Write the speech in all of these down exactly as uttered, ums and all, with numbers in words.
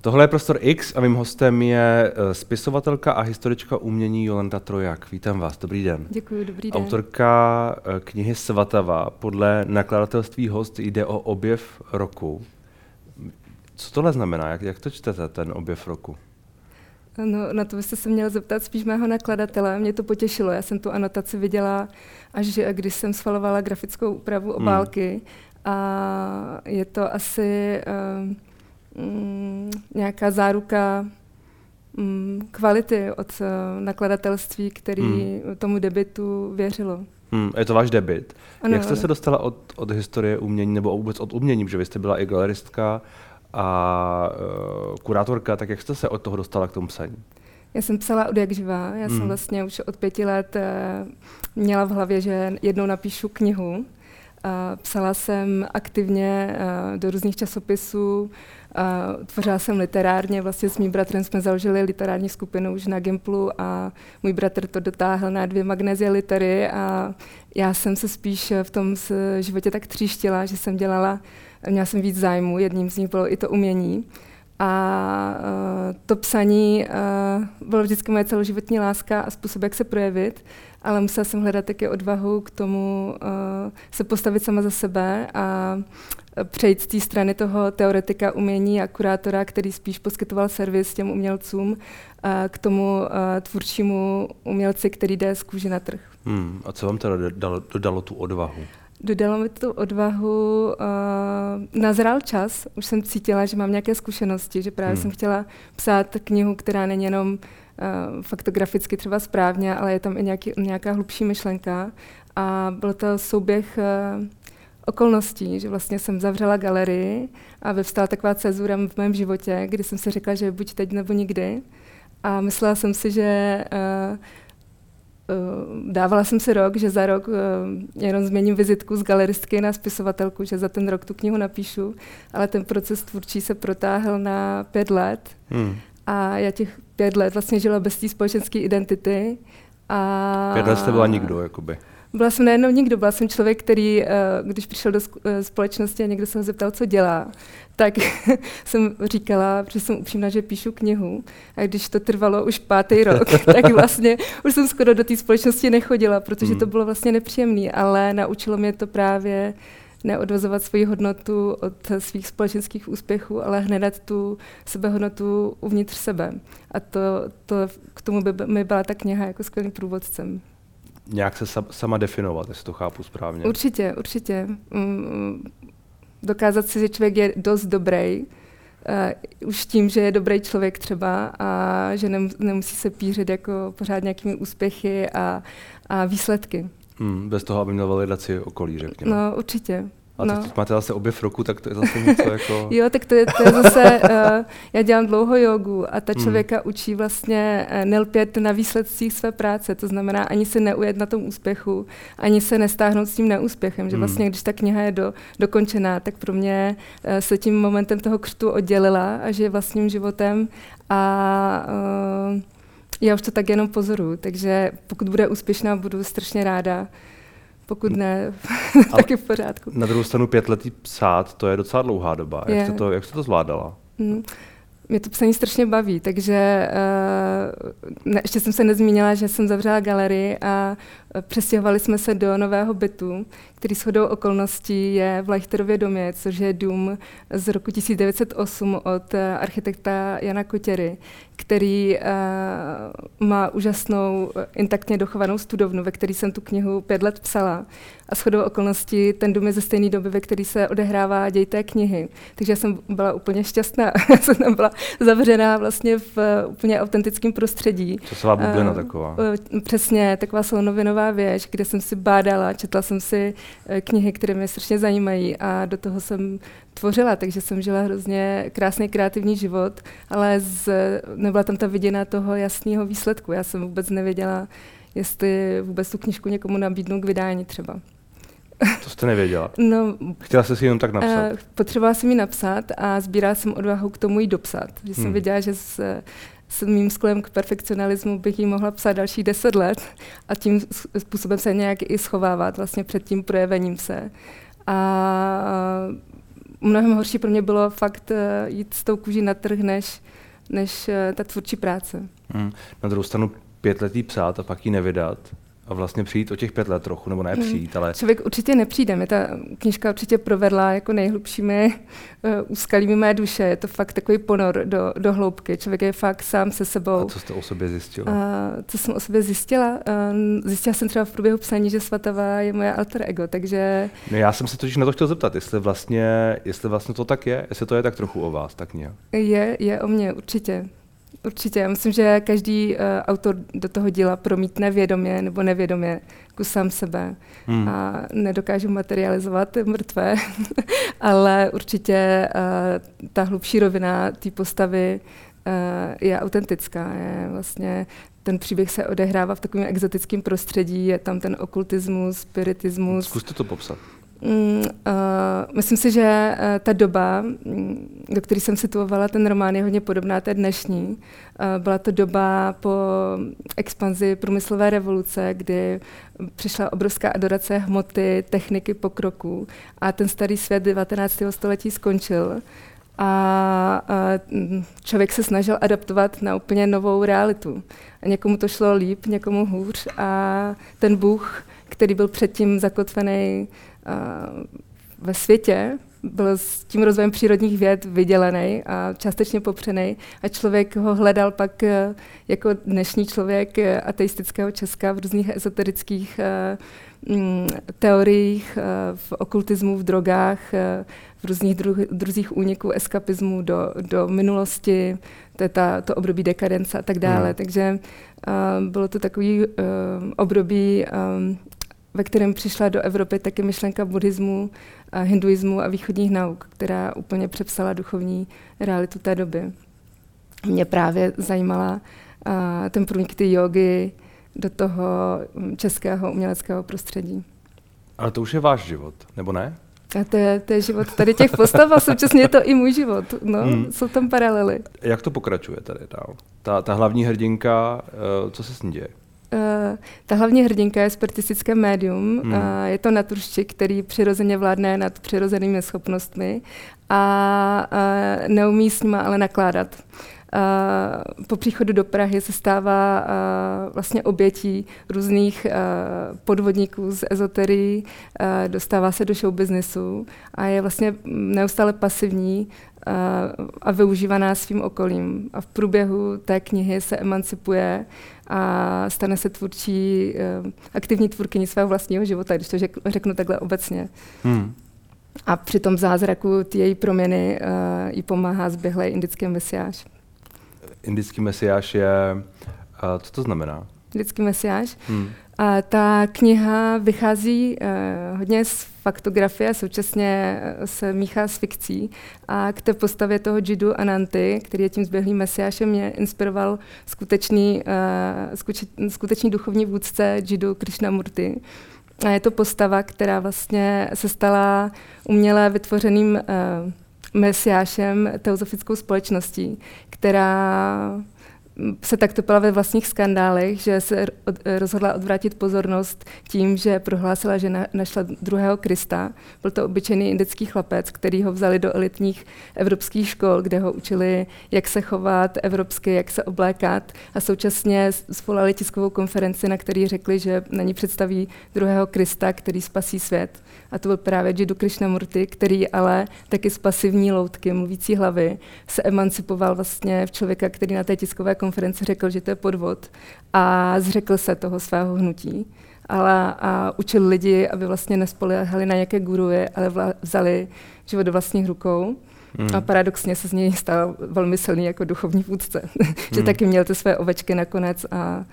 Tohle je Prostor X a mým hostem je spisovatelka a historička umění Jolanta Trojak. Vítám vás, dobrý den. Děkuji, dobrý den. Autorka knihy Svatava. Podle nakladatelství Host jde o objev roku. Co tohle znamená? Jak, jak to čtete, ten objev roku? No, na to byste se měl zeptat spíš mého nakladatele. Mě to potěšilo. Já jsem tu anotaci viděla, až když jsem schvalovala grafickou úpravu obálky. Hmm. A je to asi uh, mm, nějaká záruka mm, kvality od uh, nakladatelství, který hmm. tomu debutu věřilo. Hmm, je to váš debut. Ano, Jak jste ano. se dostala od, od historie umění, nebo vůbec od umění, protože vy jste byla i galeristka a uh, kurátorka, tak jak jste se od toho dostala k tomu psaní? Já jsem psala od jak živá. Já hmm. jsem vlastně už od pěti let uh, měla v hlavě, že jednou napíšu knihu. Uh, psala jsem aktivně uh, do různých časopisů, uh, tvořila jsem literárně, vlastně s mým bratrem jsme založili literární skupinu už na Gimplu a můj bratr to dotáhl na dvě magnézie litery a já jsem se spíš v tom životě tak tříštila, že jsem dělala, měla jsem víc zájmu, jedním z nich bylo i to umění. A uh, to psaní uh, bylo vždycky moje celoživotní láska a způsob, jak se projevit, ale musela jsem hledat taky odvahu k tomu uh, se postavit sama za sebe a přejít z té strany toho teoretika umění a kurátora, který spíš poskytoval servis těm umělcům, uh, k tomu uh, tvůrčímu umělci, který jde z kůže na trh. Hmm, a co vám teda dodalo, dodalo tu odvahu? Dodalo mi tu odvahu, uh, nazrál čas, už jsem cítila, že mám nějaké zkušenosti, že právě hmm. jsem chtěla psát knihu, která není jenom uh, faktograficky třeba správně, ale je tam i nějaký, nějaká hlubší myšlenka. A byl to souběh uh, okolností, že vlastně jsem zavřela galerii a vyvstala taková cezura v mém životě, kdy jsem si řekla, že buď teď nebo nikdy. A myslela jsem si, že uh, dávala jsem si rok, že za rok uh, jenom změním vizitku z galeristky na spisovatelku, že za ten rok tu knihu napíšu, ale ten proces tvůrčí se protáhl na pět let hmm. a já těch pět let vlastně žila bez té společenské identity. A pět let jste byla nikdo, jakoby. Byla jsem nejenom nikdo, byla jsem člověk, který, když přišel do společnosti a někdo se ho zeptal, co dělá, tak jsem říkala, protože jsem upřímná, že píšu knihu. A když to trvalo už pátý rok, tak vlastně už jsem skoro do té společnosti nechodila, protože to bylo vlastně nepříjemné, ale naučilo mě to právě neodvozovat svoji hodnotu od svých společenských úspěchů, ale hledat tu sebehodnotu uvnitř sebe. A to, to k tomu by mi byla ta kniha jako skvělým průvodcem. Nějak se sa, sama definovat, jestli to chápu správně. Určitě, určitě. Mm, dokázat si, že člověk je dost dobrý, uh, už tím, že je dobrý člověk třeba a že nem, nemusí se pířit jako pořád nějakými úspěchy a, a výsledky. Hmm, bez toho, aby měl validaci okolí, řekněme. No, určitě. A no. teď máte zase objev roku, tak to je zase něco jako... Jo, tak to je, to je zase, uh, já dělám dlouho jogu a ta člověka hmm. učí vlastně uh, nelpět na výsledcích své práce, to znamená ani se neujet na tom úspěchu, ani se nestáhnout s tím neúspěchem, že vlastně když ta kniha je do, dokončená, tak pro mě uh, se tím momentem toho křtu oddělila a žije vlastním životem a uh, já už to tak jenom pozoruju, takže pokud bude úspěšná, budu strašně ráda. Pokud ne, tak je v pořádku. Na druhou stranu pět let psát, to je docela dlouhá doba. Jak jste to, jak jste to zvládala? Hmm. Mě to psaní strašně baví, takže uh, ne, ještě jsem se nezmínila, že jsem zavřela galerii a přestěhovali jsme se do nového bytu, který shodou okolností je v Lajchterově domě, což je dům z roku tisíc devět set osm od architekta Jana Kotěry, který uh, má úžasnou intaktně dochovanou studovnu, ve které jsem tu knihu pět let psala. A shodou okolností ten dům je ze stejné doby, ve které se odehrává děj té knihy. Takže jsem byla úplně šťastná. jsem tam byla zavřená vlastně v uh, úplně autentickém prostředí. Časová bublina uh, taková. Uh, přesně, taková slonovinová věž, kde jsem si bádala, četla jsem si uh, knihy, které mě strašně zajímají a do toho jsem tvořila, takže jsem žila hrozně krásný kreativní život, ale z, nebyla tam ta viděna toho jasného výsledku. Já jsem vůbec nevěděla, jestli vůbec tu knížku někomu nabídnu k vydání třeba. To jste nevěděla? No, chtěla jsi si jenom tak napsat? Uh, potřebovala jsem ji napsat a sbírala jsem odvahu k tomu ji dopsat. Že jsem hmm. věděla, že s, s mým sklem k perfekcionalismu bych ji mohla psát další deset let a tím způsobem se nějak i schovávat vlastně před tím projevením se. A mnohem horší pro mě bylo fakt uh, jít s tou kůží na trh, než, než uh, ta tvůrčí práce. Hmm. Na druhou stranu pět let jí psát a pak ji nevydat a vlastně přijít o těch pět let trochu, nebo ne přijít, ale... Člověk určitě nepřijde, mě ta knížka určitě provedla jako nejhlubšími uh, úskalími mé duše, je to fakt takový ponor do, do hloubky, člověk je fakt sám se sebou. A co jste o sobě zjistila? Uh, co jsem o sobě zjistila? Uh, zjistila jsem třeba v průběhu psaní, že Svatava je moje alter ego, takže... No já jsem se totiž na to chtěl zeptat, jestli vlastně, jestli vlastně to tak je, jestli to je tak trochu o vás, tak nějak. Je, je o mně, určitě. Určitě. Já myslím, že každý uh, autor do toho díla promítne vědomě nebo nevědomě kus sám sebe hmm. a nedokážu materializovat mrtvé, ale určitě uh, ta hlubší rovina té postavy uh, je autentická. Je vlastně ten příběh se odehrává v takovém exotickém prostředí, je tam ten okultismus, spiritismus. Zkuste to popsat. Mm, uh, myslím si, že uh, ta doba, mm, do které jsem situovala ten román, je hodně podobná té dnešní. Uh, byla to doba po expanzi průmyslové revoluce, kdy přišla obrovská adorace hmoty, techniky, pokroku a ten starý svět devatenáctého století skončil. A uh, člověk se snažil adaptovat na úplně novou realitu. A někomu to šlo líp, někomu hůř a ten Bůh, který byl předtím zakotvený uh, ve světě, byl s tím rozvojem přírodních věd vydělený a částečně popřený a člověk ho hledal pak uh, jako dnešní člověk uh, ateistického Česka v různých ezoterických uh, mm, teoriích, uh, v okultismu, v drogách, uh, v různých druh, druzích úniků, eskapismu do, do minulosti, to je ta, to období dekadence a tak dále. Hmm. Takže uh, bylo to takový uh, období, um, ve kterém přišla do Evropy taky myšlenka buddhismu, uh, hinduismu a východních nauk, která úplně přepsala duchovní realitu té doby. Mě právě zajímala uh, ten průnik té jógy do toho českého uměleckého prostředí. Ale to už je váš život, nebo ne? A to je, to je život tady těch postav a současně je to i můj život. No, hmm. Jsou tam paralely. Jak to pokračuje tady dál? Ta, ta hlavní hrdinka, uh, co se s ní děje? Uh, ta hlavní hrdinka je spiritistické médium. Hmm. Uh, je to naturščik, který přirozeně vládne nad přirozenými schopnostmi a uh, neumí s nima ale nakládat. Uh, po příchodu do Prahy se stává uh, vlastně obětí různých uh, podvodníků z ezoterii, uh, dostává se do showbiznesu a je vlastně neustále pasivní uh, a využívaná svým okolím. A v průběhu té knihy se emancipuje a stane se tvůrčí, uh, aktivní tvůrkyní svého vlastního života, když to řeknu takhle obecně. Hmm. A při tom zázraku její proměny uh, jí pomáhá zběhlej indický mesiáš. Indický mesiáš je, uh, co to znamená? Indický mesiáš. Hmm. A ta kniha vychází uh, hodně z faktografie, současně se míchá s fikcí. A k té postavě toho Jiddu Ananty, který je tím zběhlým mesiášem, mě inspiroval skutečný, uh, skuteč, skutečný duchovní vůdce Jiddu Krishnamurti. A je to postava, která vlastně se stala uměle vytvořeným uh, mesiášem, teozofickou společností, která se tak topila ve vlastních skandálech, že se od, rozhodla odvrátit pozornost tím, že prohlásila, že na, našla druhého Krista. Byl to obyčejný indický chlapec, který ho vzali do elitních evropských škol, kde ho učili, jak se chovat evropsky, jak se oblékat a současně svolali tiskovou konferenci, na který řekli, že na ní představí druhého Krista, který spasí svět. A to byl právě Jiddu Krishnamurti, který ale taky z pasivní loutky, mluvící hlavy, se emancipoval vlastně v člověka, který na té tiskové konferenci řekl, že to je podvod a zřekl se toho svého hnutí. Ale a učil lidi, aby vlastně nespoléhali na nějaké guruje, ale vla, vzali život do vlastních rukou. Hmm. A paradoxně se z něj stal velmi silný jako duchovní vůdce. Hmm. Že taky měl ty své ovečky nakonec a,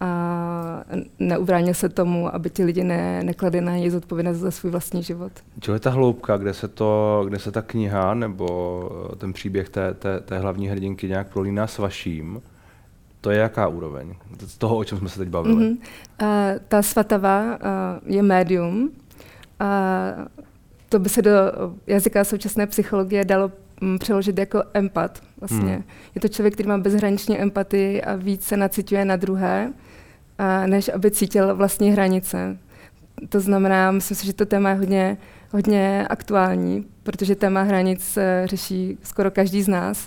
a neubránil se tomu, aby ti lidi ne, nekladli na něj zodpovědnost za svůj vlastní život. Čili ta hloubka, kde se, to, kde se ta kniha nebo ten příběh té, té, té hlavní hrdinky nějak prolíná s vaším, to je jaká úroveň? Z toho, o čem jsme se teď bavili. Mm-hmm. Uh, ta Svatava uh, je médium. Uh, to by se do jazyka současné psychologie dalo um, přeložit jako empat. Vlastně. Mm. Je to člověk, který má bezhraniční empatii a víc se naciťuje na druhé, uh, než aby cítil vlastní hranice. To znamená, myslím si, že to téma je hodně hodně aktuální, protože téma hranic řeší skoro každý z nás.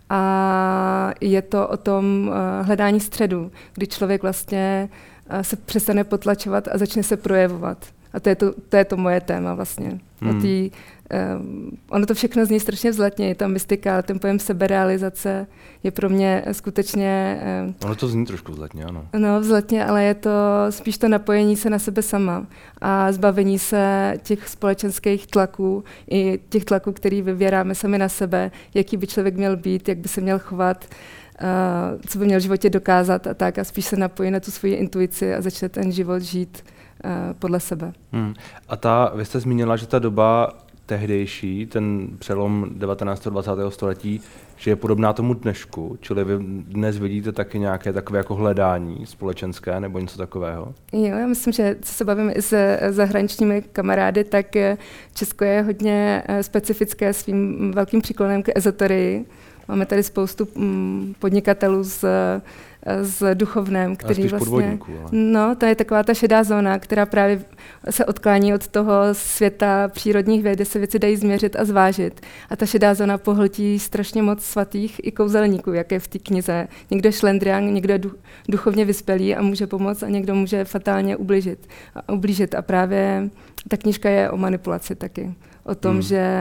A je to o tom hledání středu, kdy člověk vlastně se přestane potlačovat a začne se projevovat. A to je to, to, je to moje téma vlastně. Hmm. Tý, um, ono to všechno zní strašně vzletně, je tam mystika, ale ten pojem seberealizace je pro mě skutečně... Um, ono to zní trošku vzletně, ano. No, vzletně, ale je to spíš to napojení se na sebe sama a zbavení se těch společenských tlaků i těch tlaků, který vyvěráme sami na sebe, jaký by člověk měl být, jak by se měl chovat, uh, co by měl v životě dokázat a tak, a spíš se napojí na tu svoji intuici a začne ten život žít podle sebe. Hmm. A ta, vy jste zmínila, že ta doba tehdejší, ten přelom devatenáctého dvacátého století, že je podobná tomu dnešku, čili vy dnes vidíte taky nějaké takové jako hledání společenské nebo něco takového? Jo, já myslím, že co se bavíme i se zahraničními kamarády, tak Česko je hodně specifické svým velkým příklonem k ezoterii. Máme tady spoustu podnikatelů z s duchovném, který vlastně... Ale. No, to je taková ta šedá zóna, která právě se odklání od toho světa přírodních věd, kde se věci dají změřit a zvážit. A ta šedá zóna pohltí strašně moc svatých i kouzelníků, jak je v té knize. Někdo je šlendrián, někdo je duchovně vyspělý a může pomoct a někdo může fatálně ublížit. A, ublížit. A právě ta knížka je o manipulaci taky. O tom, hmm. že...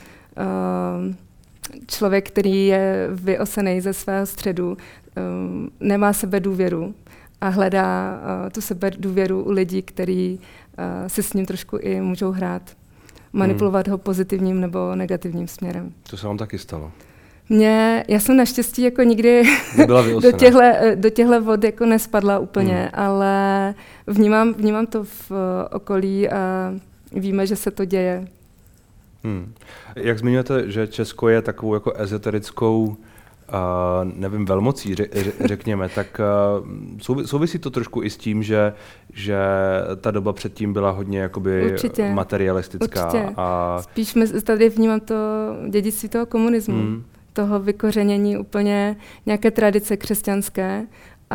Uh, člověk, který je vyosený ze svého středu, um, nemá sebedůvěru a hledá uh, tu sebedůvěru u lidí, kteří uh, si s ním trošku i můžou hrát. Manipulovat hmm. ho pozitivním nebo negativním směrem. To se vám taky stalo? Mně, já jsem naštěstí jako nikdy do těchto do těchto vod jako nespadla úplně, hmm. ale vnímám, vnímám to v uh, okolí a víme, že se to děje. Hmm. Jak zmiňujete, že Česko je takovou jako ezoterickou, uh, nevím, velmocí, ře, řekněme, tak uh, souvisí to trošku i s tím, že, že ta doba předtím byla hodně jakoby určitě, materialistická. Určitě. A... Spíš my, tady vnímám to dědictví toho komunismu, hmm. toho vykořenění úplně nějaké tradice křesťanské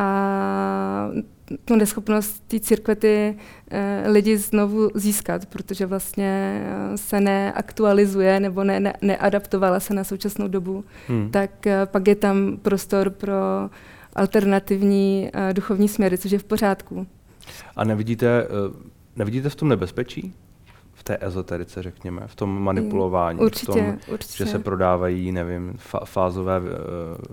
a tu neschopnost té církve ty e, lidi znovu získat, protože vlastně se neaktualizuje nebo ne, ne, neadaptovala se na současnou dobu, hmm. tak e, pak je tam prostor pro alternativní e, duchovní směry, což je v pořádku. A nevidíte, nevidíte v tom nebezpečí? V té ezoterice, řekněme, v tom manipulování, určitě, v tom, určitě. že se prodávají, nevím, fa- fázové uh,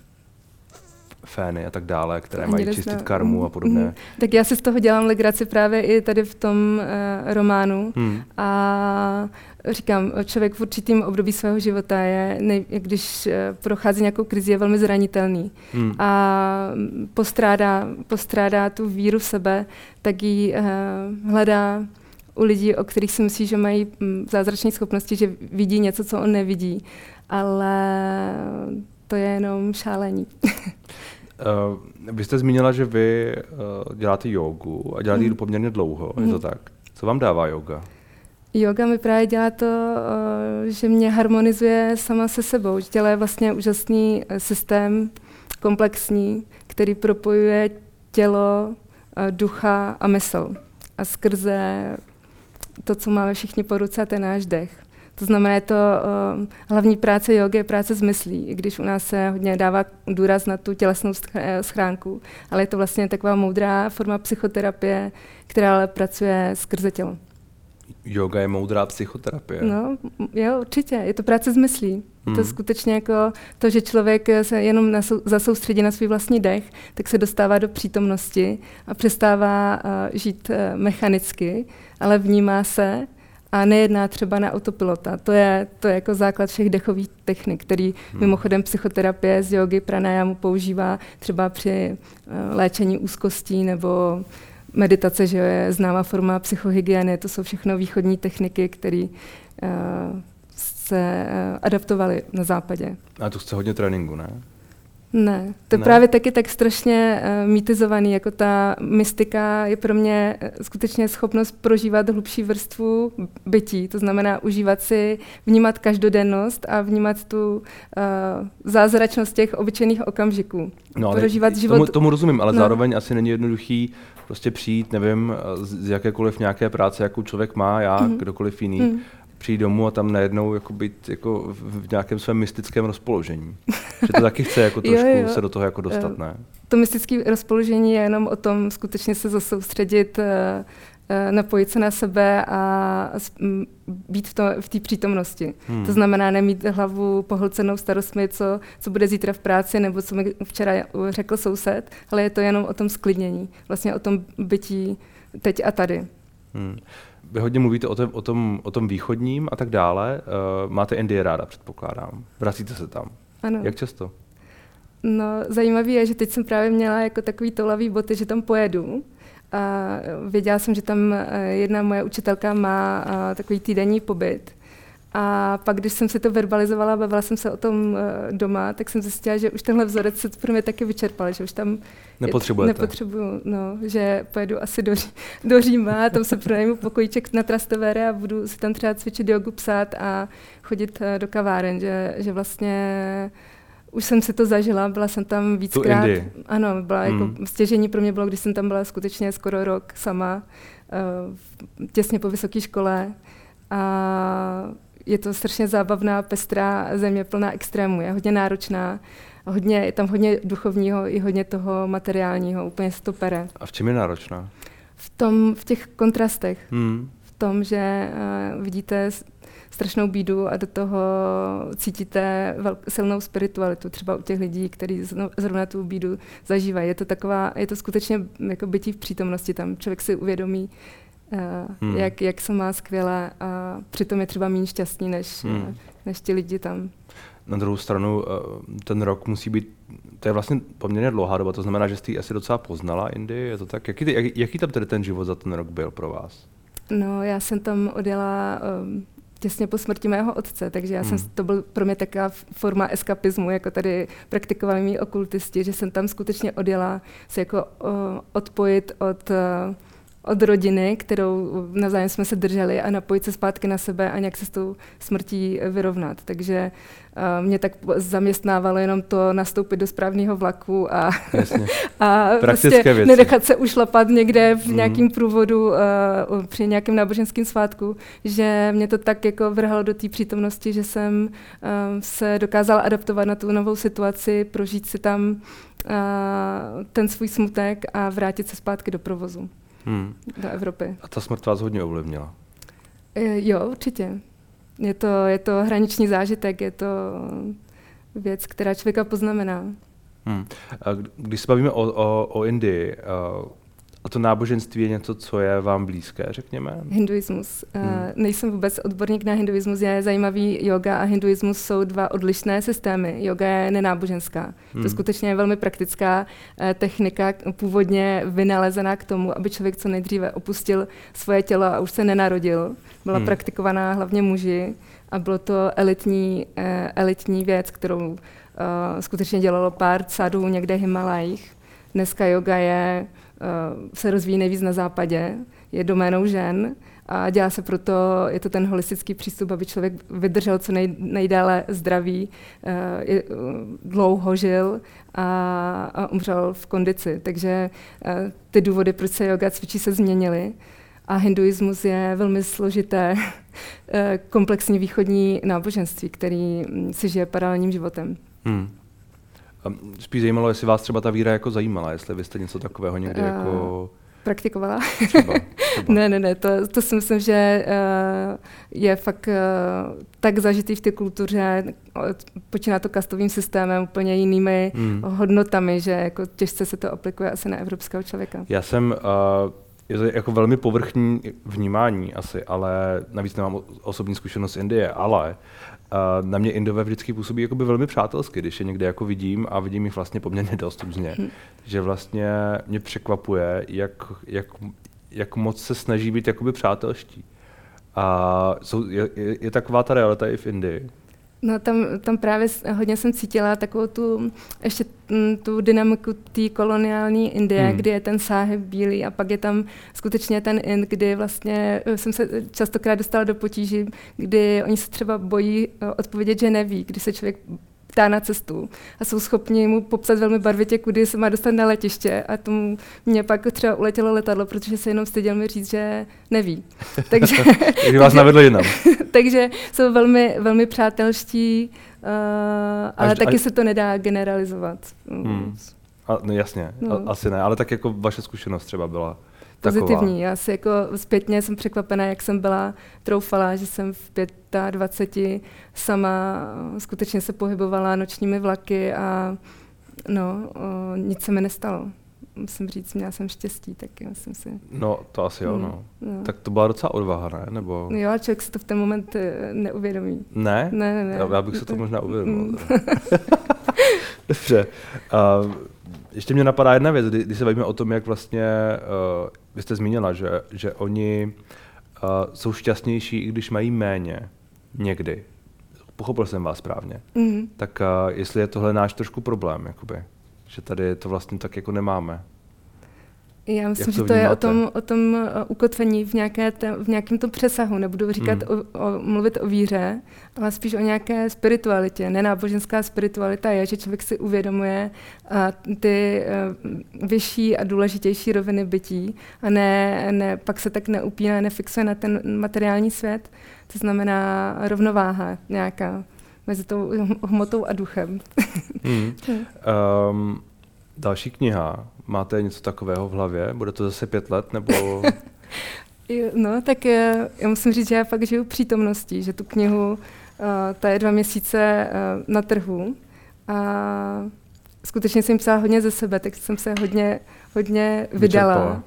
fény a tak dále, které mají čistit karmu a podobné. Mm. Tak já si z toho dělám legraci právě i tady v tom uh, románu hmm. a říkám, člověk v určitým období svého života je, nej, když uh, prochází nějakou krizi, je velmi zranitelný hmm. a postrádá, postrádá tu víru v sebe, tak ji uh, hledá u lidí, o kterých si myslí, že mají zázračné schopnosti, že vidí něco, co on nevidí, ale to je jenom šálení. Uh, vy jste zmínila, že vy uh, děláte jogu a děláte ji mm. poměrně dlouho, mm. je to tak? Co vám dává yoga? Yoga mi právě dělá to, uh, že mě harmonizuje sama se sebou. Tělo je vlastně úžasný systém, komplexní, který propojuje tělo, uh, ducha a mysl. A skrze to, co máme všichni po ruce, a ten náš dech. To znamená, je to uh, hlavní práce jogy, je práce s myslí, i když u nás se hodně dává důraz na tu tělesnou schránku, ale je to vlastně taková moudrá forma psychoterapie, která ale pracuje skrze tělo. Yoga je moudrá psychoterapie. No, jo, určitě. Je to práce s myslí. Hmm. Je to skutečně jako to, že člověk se jenom nasou, zasoustředí na svůj vlastní dech, tak se dostává do přítomnosti a přestává uh, žít uh, mechanicky, ale vnímá se a nejedná třeba na autopilota. To je, to je jako základ všech dechových technik, který hmm. mimochodem psychoterapie z jogy pranajámu používá třeba při uh, léčení úzkostí nebo meditace, že je známá forma psychohygieny. To jsou všechno východní techniky, které uh, se uh, adaptovaly na západě. A to chce hodně tréninku, ne? Ne, to ne? právě taky tak strašně uh, mýtizovaný, jako ta mystika je pro mě skutečně schopnost prožívat hlubší vrstvu bytí, to znamená užívat si, vnímat každodennost a vnímat tu uh, zázračnost těch obyčejných okamžiků. No, prožívat život. Tomu, tomu rozumím, ale no. zároveň asi není jednoduchý prostě přijít, nevím, z jakékoliv nějaké práce, jakou člověk má, já, mm-hmm. kdokoliv jiný, mm. přijít domů a tam najednou jako být jako v nějakém svém mystickém rozpoložení. Že to taky chce jako trošku jo, jo. se do toho jako dostat, ne? To mystické rozpoložení je jenom o tom skutečně se zasoustředit, napojit se na sebe a být v, to, v té přítomnosti. Hmm. To znamená nemít hlavu pohlcenou starostmi, co, co bude zítra v práci, nebo co mi včera řekl soused, ale je to jenom o tom sklidnění, vlastně o tom bytí teď a tady. Hmm. Vy hodně mluvíte o tom, o tom, o tom východním a tak dále. Uh, máte Indii ráda, předpokládám. Vracíte se tam. Ano. Jak často? No, zajímavé je, že teď jsem právě měla jako takový toulavý boty, že tam pojedu. A věděla jsem, že tam jedna moje učitelka má takový týdenní pobyt. A pak, když jsem si to verbalizovala, bavila jsem se o tom doma, tak jsem zjistila, že už tenhle vzorec se pro mě taky vyčerpal, že už tam nepotřebujete. Nepotřebuju, no, že pojedu asi do, do Říma, tam se pronajmu pokojíček na Trastevere a budu si tam třeba cvičit jogu, psát a chodit do kaváren, že, že vlastně už jsem si to zažila, byla jsem tam víckrát. Ano, byla hmm. jako stěžení pro mě bylo, když jsem tam byla skutečně skoro rok sama, těsně po vysoké škole. A je to strašně zábavná, pestrá země, plná extrémů, je hodně náročná, hodně, je tam hodně duchovního i hodně toho materiálního, úplně se to pere. A v čem je náročná? V tom, v těch kontrastech. Hmm. V tom, že uh, vidíte strašnou bídu a do toho cítíte velk, silnou spiritualitu, třeba u těch lidí, kteří zrovna tu bídu zažívají. Je to taková, je to skutečně jako bytí v přítomnosti tam. Člověk si uvědomí, uh, hmm. jak, jak se má skvěle a přitom je třeba méně šťastný, než, hmm. uh, než ti lidi tam. Na druhou stranu ten rok musí být, to je vlastně poměrně dlouhá doba, to znamená, že jste ji asi docela poznala Indii, je to tak? Jaký, jak, jaký tam tedy ten život za ten rok byl pro vás? No, já jsem tam odjela um, těsně po smrti mého otce, takže já hmm. jsem, to byl pro mě taková forma eskapismu, jako tady praktikovali mý okultisti, že jsem tam skutečně odjela se jako uh, odpojit od uh, od rodiny, kterou navzájem jsme se drželi a napojit se zpátky na sebe a nějak se s tou smrtí vyrovnat. Takže uh, mě tak zaměstnávalo jenom to nastoupit do správného vlaku a, a prostě nenechat se ušlapat někde v mm. nějakém průvodu uh, při nějakém náboženském svátku, že mě to tak jako vrhalo do té přítomnosti, že jsem uh, se dokázala adaptovat na tu novou situaci, prožít si tam uh, ten svůj smutek a vrátit se zpátky do provozu. Hmm. Do Evropy. A ta smrt vás hodně ovlivnila? E, jo, určitě. Je to, je to hraniční zážitek, je to věc, která člověka poznamená. Hmm. A když se bavíme o, o, o Indii, a to náboženství je něco, co je vám blízké, řekněme? Hinduismus. Hmm. Uh, nejsem vůbec odborník na hinduismus, je zajímavý, yoga a hinduismus jsou dva odlišné systémy. Yoga je nenáboženská. Hmm. To skutečně je velmi praktická uh, technika, původně vynalezená k tomu, aby člověk co nejdříve opustil svoje tělo a už se nenarodil. Byla hmm. praktikovaná hlavně muži a bylo to elitní, uh, elitní věc, kterou uh, skutečně dělalo pár sadhů někde v Himalajích. Dneska yoga je se rozvíjí nejvíc na západě, je doménou žen a dělá se proto, je to ten holistický přístup, aby člověk vydržel co nej, nejdále zdravý, je, dlouho žil a, a umřel v kondici. Takže ty důvody, proč se yoga cvičí, se změnily. A hinduismus je velmi složité komplexní východní náboženství, který si žije paralelním životem. Hmm. Spíš zajímalo, jestli vás třeba ta víra jako zajímala, jestli vy jste něco takového někdy uh, jako... Praktikovala? Třeba, třeba. ne, ne, ne, to, to si myslím, že uh, je fakt uh, tak zažitý v té kultuře, počíná to kastovým systémem, úplně jinými hmm. hodnotami, že jako těžce se to aplikuje asi na evropského člověka. Já jsem... Uh, je to jako velmi povrchní vnímání asi, ale navíc nemám osobní zkušenost z Indie, ale Uh, na mě Indové vždycky působí jakoby velmi přátelsky, když je někde jako vidím a vidím jich vlastně poměrně dost různě. Hmm. Že vlastně mě překvapuje, jak, jak, jak moc se snaží být jakoby přátelští. A jsou, je, je taková ta realita i v Indii? No tam, tam právě hodně jsem cítila takovou tu, ještě tu dynamiku té koloniální Indie, hmm. kdy je ten sáhib bílý a pak je tam skutečně ten Ind, kdy vlastně jsem se častokrát dostala do potíží, kdy oni se třeba bojí odpovědět, že neví, kdy se člověk ptá na cestu a jsou schopni mu popsat velmi barvitě, kudy se má dostat na letiště a tomu mě pak třeba uletělo letadlo, protože se jenom styděl mi říct, že neví. Takže, takže vás navedli jinam. Takže jsou velmi, velmi přátelští, uh, ale až, taky až... se to nedá generalizovat. Hmm. A, no jasně, no. A, asi ne, ale tak jako vaše zkušenost třeba byla pozitivní. Já si jako zpětně jsem překvapená, jak jsem byla troufalá, že jsem v dvaceti pěti sama skutečně se pohybovala nočními vlaky a no, o, nic se mi nestalo. Musím říct, měla jsem štěstí, taky myslím si. No, to asi jo, no. no. Tak to byla docela odvaha, ne? Nebo... Jo, a člověk si to v ten moment neuvědomí. Ne? Ne, ne, ne. Já, já bych se to možná uvědomil. Dobře. Uh, ještě mě napadá jedna věc, kdy, když se bavíme o tom, jak vlastně, uh, vy jste zmínila, že, že oni uh, jsou šťastnější, i když mají méně. Někdy. Pochopil jsem vás správně. Mm. Tak uh, jestli je tohle náš trošku problém, jakoby, že tady to vlastně tak jako nemáme. Já myslím, to že to vnímáte? Je o tom, o tom uh, ukotvení v, nějaké te, v nějakém tom přesahu. Nebudu říkat mm. o, o, mluvit o víře, ale spíš o nějaké spiritualitě. Nenáboženská spiritualita je, že člověk si uvědomuje uh, ty uh, vyšší a důležitější roviny bytí a ne, ne, pak se tak neupíná, nefixuje na ten materiální svět. To znamená rovnováha nějaká mezi tou hmotou a duchem. mm. um, další kniha. Máte něco takového v hlavě? Bude to zase pět let, nebo... No, tak já musím říct, že já fakt žiju přítomností, že tu knihu, uh, ta je dva měsíce uh, na trhu a skutečně jsem psala hodně ze sebe, tak jsem se hodně, hodně vydala. Vyčerpala.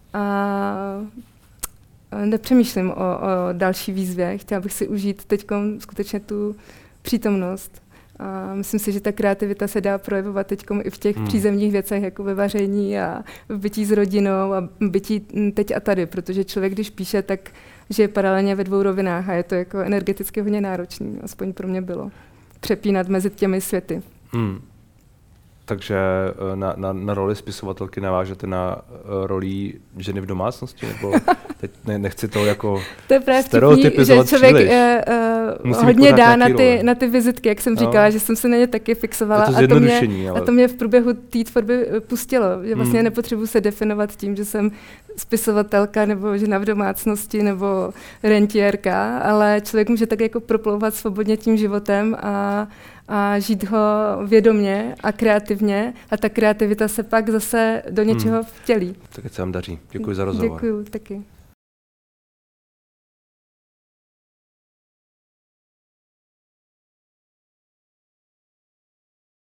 A nepřemýšlím o, o další výzvě, chtěla bych si užít teď skutečně tu přítomnost. A myslím si, že ta kreativita se dá projevovat teď i v těch hmm. přízemních věcech, jako ve vaření a v bytí s rodinou a bytí teď a tady, protože člověk, když píše, tak žije paralelně ve dvou rovinách a je to jako energeticky hodně náročný, aspoň pro mě bylo, přepínat mezi těmi světy. Hmm. Takže na, na, na roli spisovatelky navážete na uh, roli ženy v domácnosti? Nebo teď ne, nechci to jako to je právě vtipný, že člověk uh, uh, hodně dá na ty, na ty vizitky, jak jsem no. říkala, že jsem se na ně taky fixovala. To a, to mě, ale... a to mě v průběhu té tvorby pustilo. Že vlastně hmm. nepotřebuji se definovat tím, že jsem spisovatelka nebo žena v domácnosti nebo rentiérka, ale člověk může tak jako proplouvat svobodně tím životem a a žít ho vědomě a kreativně a ta kreativita se pak zase do něčeho hmm. vtělí. Tak se vám daří. Děkuji za rozhovor. Děkuji taky.